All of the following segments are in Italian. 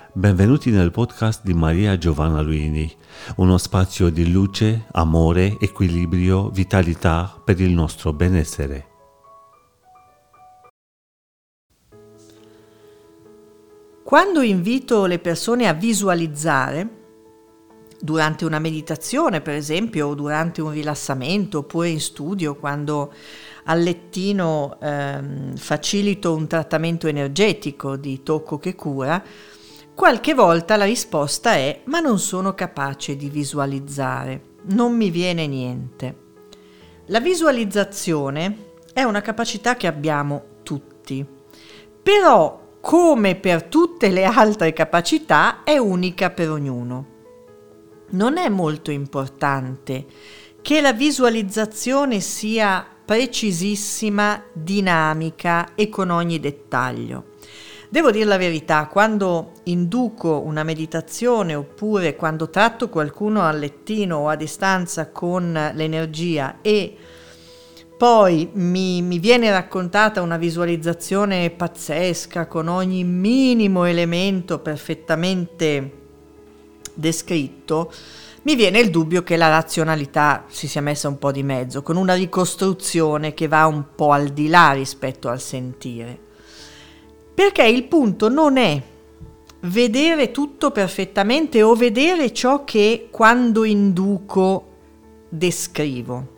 Benvenuti nel podcast di Maria Giovanna Luini, uno spazio di luce, amore, equilibrio, vitalità per il nostro benessere. Quando invito le persone a visualizzare, durante una meditazione per esempio, o durante un rilassamento, oppure in studio, quando al lettino facilito un trattamento energetico di tocco che cura, qualche volta la risposta è: ma non sono capace di visualizzare, non mi viene niente. La visualizzazione è una capacità che abbiamo tutti, però come per tutte le altre capacità è unica per ognuno. Non è molto importante che la visualizzazione sia precisissima, dinamica e con ogni dettaglio. Devo dire la verità, quando induco una meditazione oppure quando tratto qualcuno al lettino o a distanza con l'energia e poi mi viene raccontata una visualizzazione pazzesca con ogni minimo elemento perfettamente descritto, mi viene il dubbio che la razionalità si sia messa un po' di mezzo, con una ricostruzione che va un po' al di là rispetto al sentire. Perché il punto non è vedere tutto perfettamente o vedere ciò che quando induco descrivo.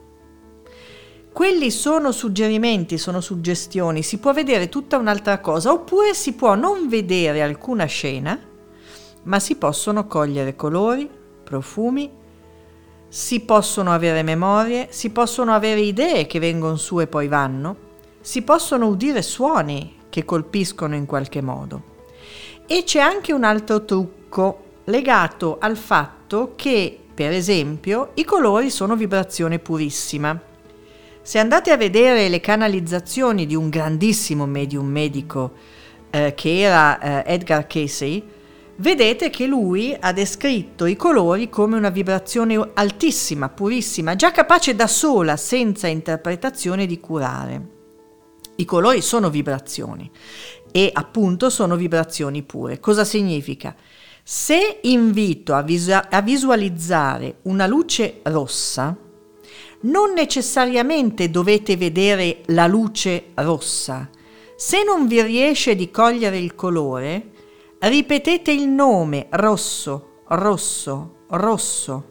Quelli sono suggerimenti, sono suggestioni, si può vedere tutta un'altra cosa, oppure si può non vedere alcuna scena, ma si possono cogliere colori, profumi, si possono avere memorie, si possono avere idee che vengono su e poi vanno, si possono udire suoni che colpiscono in qualche modo. E c'è anche un altro trucco legato al fatto che, per esempio, i colori sono vibrazione purissima. Se andate a vedere le canalizzazioni di un grandissimo medium medico che era Edgar Cayce, vedete che lui ha descritto i colori come una vibrazione altissima, purissima, già capace da sola, senza interpretazione, di curare. I colori sono vibrazioni e appunto sono vibrazioni pure. Cosa significa? Se invito a visualizzare una luce rossa, non necessariamente dovete vedere la luce rossa. Se non vi riesce di cogliere il colore, ripetete il nome rosso, rosso, rosso.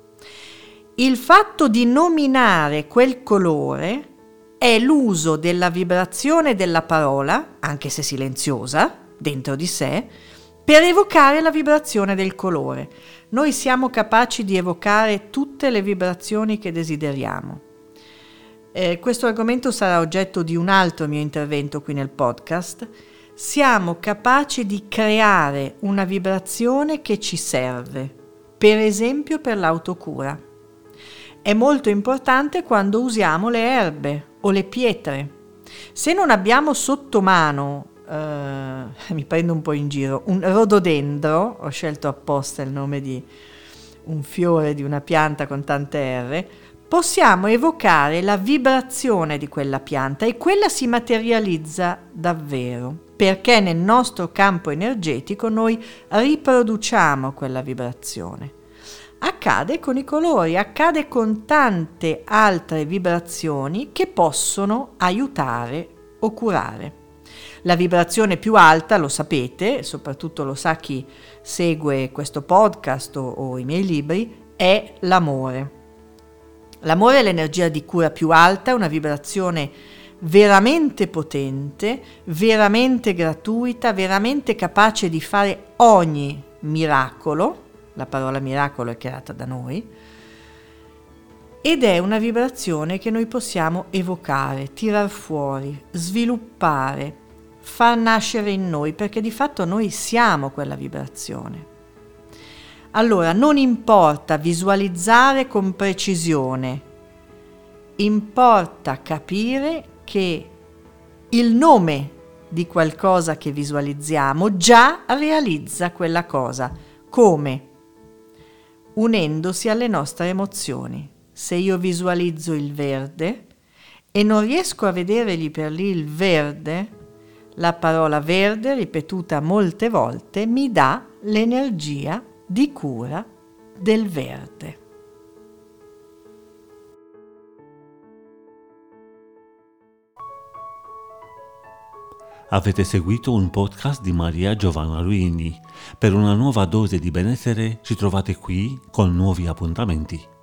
Il fatto di nominare quel colore è l'uso della vibrazione della parola, anche se silenziosa, dentro di sé, per evocare la vibrazione del colore. Noi siamo capaci di evocare tutte le vibrazioni che desideriamo. Questo argomento sarà oggetto di un altro mio intervento qui nel podcast. Siamo capaci di creare una vibrazione che ci serve, per esempio per l'autocura. È molto importante quando usiamo le erbe o le pietre. Se non abbiamo sotto mano, mi prendo un po' in giro, un rododendro, ho scelto apposta il nome di un fiore di una pianta con tante R, possiamo evocare la vibrazione di quella pianta e quella si materializza davvero, perché nel nostro campo energetico noi riproduciamo quella vibrazione. Accade con i colori, accade con tante altre vibrazioni che possono aiutare o curare. La vibrazione più alta, lo sapete, soprattutto lo sa chi segue questo podcast o i miei libri, è l'amore. L'amore è l'energia di cura più alta, è una vibrazione veramente potente, veramente gratuita, veramente capace di fare ogni miracolo. La parola miracolo è creata da noi, ed è una vibrazione che noi possiamo evocare, tirar fuori, sviluppare, far nascere in noi, perché di fatto noi siamo quella vibrazione. Allora, non importa visualizzare con precisione, importa capire che il nome di qualcosa che visualizziamo già realizza quella cosa. Come? Unendosi alle nostre emozioni. Se io visualizzo il verde e non riesco a vedere lì per lì il verde, La parola verde, ripetuta molte volte, mi dà l'energia di cura del verde. Avete seguito un podcast di Maria Giovanna Luini. Per una nuova dose di benessere ci trovate qui con nuovi appuntamenti.